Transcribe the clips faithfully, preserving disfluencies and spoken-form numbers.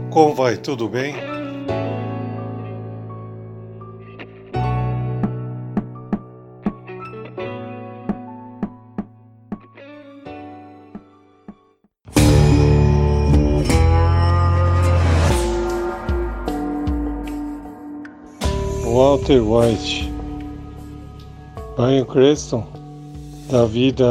Como vai? Tudo bem? Walter White, Bryan Cranston dá vida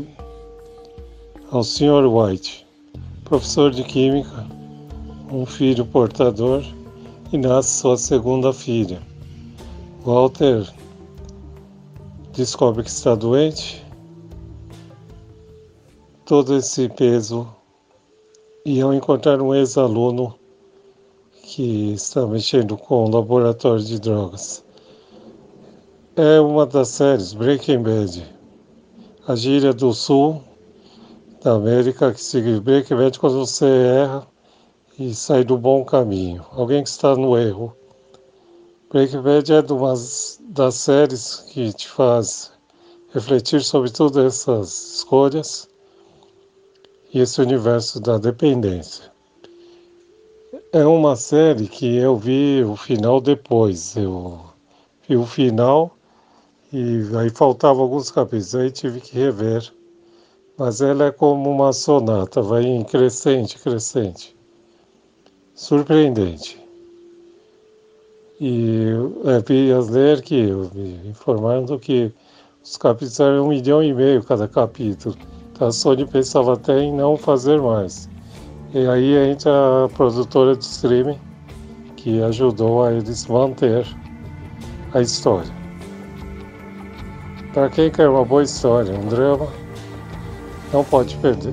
ao senhor White, professor de química, um filho portador, e nasce sua segunda filha. Walter descobre que está doente, todo esse peso, e ao encontrar um ex-aluno que está mexendo com o laboratório de drogas. É uma das séries Breaking Bad, a gíria do sul da América que significa Breaking Bad quando você erra e sai do bom caminho, alguém que está no erro. Breaking Bad é de uma das séries que te faz refletir sobre todas essas escolhas e esse universo da dependência. É uma série que eu vi o final depois, eu vi o final e aí faltavam alguns capítulos, aí tive que rever. Mas ela é como uma sonata, vai em crescente, crescente. Surpreendente. E eu vi as ler que, me informando que os capítulos eram um milhão e meio cada capítulo. Então a Sony pensava até em não fazer mais. E aí entra a produtora de streaming que ajudou a eles manter a história. Para quem quer uma boa história, um drama, não pode perder.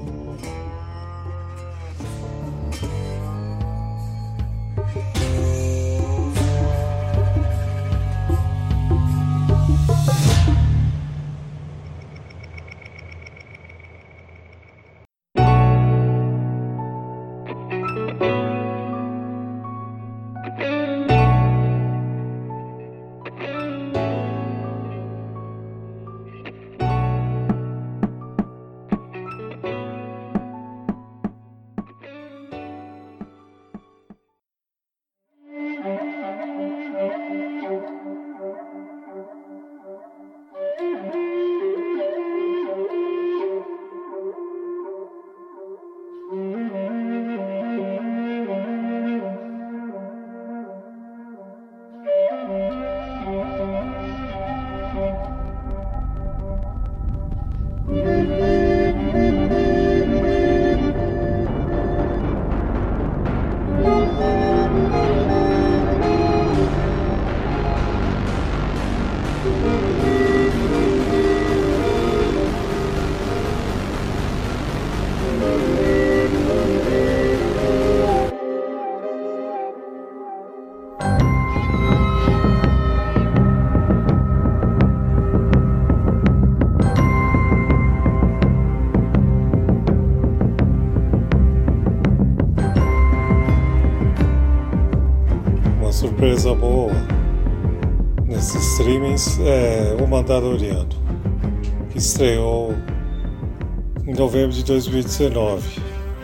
Surpresa boa nesses streamings é O Mandaloriano, que estreou em novembro de dois mil e dezenove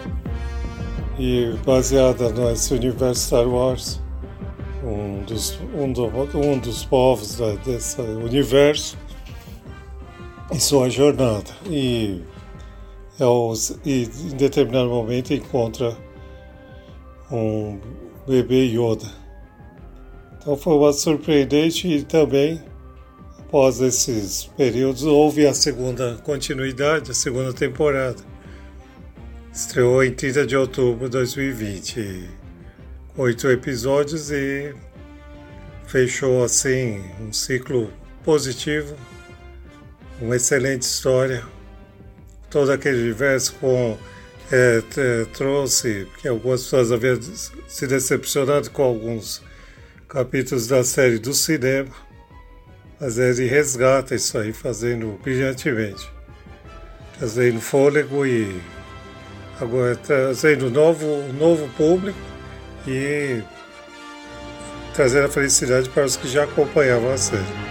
e baseada nesse universo Star Wars, um dos, um do, um dos povos da, desse universo e sua jornada, e, é os, e em determinado momento encontra um bebê Yoda. Então foi uma surpreendente e também, após esses períodos, houve a segunda continuidade, a segunda temporada. Estreou em trinta de outubro de dois mil e vinte, oito episódios e fechou assim um ciclo positivo, uma excelente história. Todo aquele universo com, é, é, trouxe que algumas pessoas haviam se decepcionado com alguns capítulos da série do cinema, mas ele resgata isso aí, fazendo brilhantemente, trazendo fôlego e agora trazendo novo, novo público e trazendo a felicidade para os que já acompanhavam a série.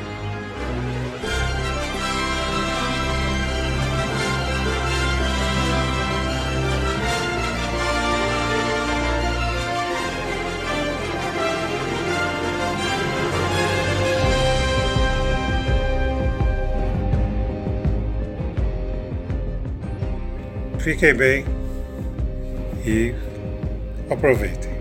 fiquem bem e aproveitem.